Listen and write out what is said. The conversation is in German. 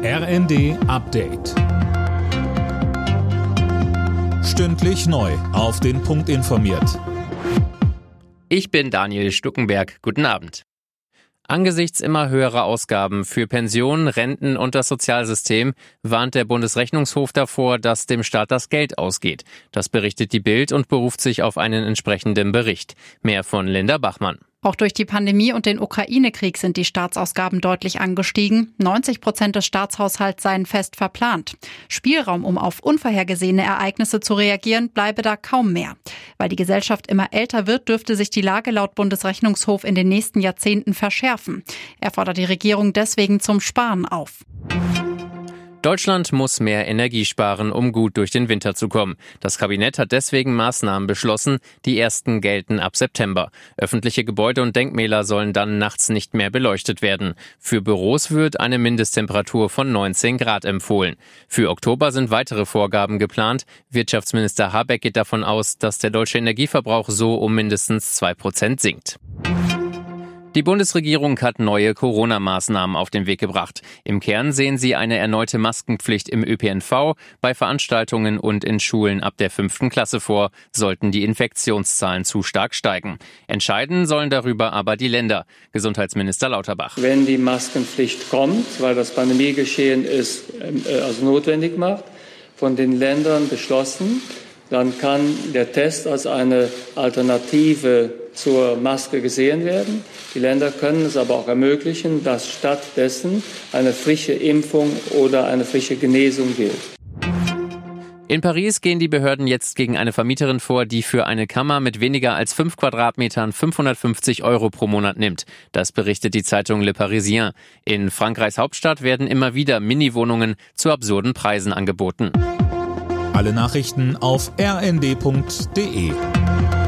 RND Update. Stündlich neu auf den Punkt informiert. Ich bin Daniel Stuckenberg. Guten Abend. Angesichts immer höherer Ausgaben für Pensionen, Renten und das Sozialsystem warnt der Bundesrechnungshof davor, dass dem Staat das Geld ausgeht. Das berichtet die Bild und beruft sich auf einen entsprechenden Bericht. Mehr von Linda Bachmann. Auch durch die Pandemie und den Ukraine-Krieg sind die Staatsausgaben deutlich angestiegen. 90% des Staatshaushalts seien fest verplant. Spielraum, um auf unvorhergesehene Ereignisse zu reagieren, bleibe da kaum mehr. Weil die Gesellschaft immer älter wird, dürfte sich die Lage laut Bundesrechnungshof in den nächsten Jahrzehnten verschärfen. Er fordert die Regierung deswegen zum Sparen auf. Deutschland muss mehr Energie sparen, um gut durch den Winter zu kommen. Das Kabinett hat deswegen Maßnahmen beschlossen. Die ersten gelten ab September. Öffentliche Gebäude und Denkmäler sollen dann nachts nicht mehr beleuchtet werden. Für Büros wird eine Mindesttemperatur von 19 Grad empfohlen. Für Oktober sind weitere Vorgaben geplant. Wirtschaftsminister Habeck geht davon aus, dass der deutsche Energieverbrauch so um mindestens 2% sinkt. Die Bundesregierung hat neue Corona-Maßnahmen auf den Weg gebracht. Im Kern sehen sie eine erneute Maskenpflicht im ÖPNV, bei Veranstaltungen und in Schulen ab der 5. Klasse vor, sollten die Infektionszahlen zu stark steigen. Entscheiden sollen darüber aber die Länder. Gesundheitsminister Lauterbach. Wenn die Maskenpflicht kommt, weil das Pandemiegeschehen es notwendig macht, von den Ländern beschlossen, dann kann der Test als eine Alternative zur Maske gesehen werden. Die Länder können es aber auch ermöglichen, dass stattdessen eine frische Impfung oder eine frische Genesung gilt. In Paris gehen die Behörden jetzt gegen eine Vermieterin vor, die für eine Kammer mit weniger als 5 Quadratmetern 550 € pro Monat nimmt. Das berichtet die Zeitung Le Parisien. In Frankreichs Hauptstadt werden immer wieder Mini-Wohnungen zu absurden Preisen angeboten. Alle Nachrichten auf rnd.de.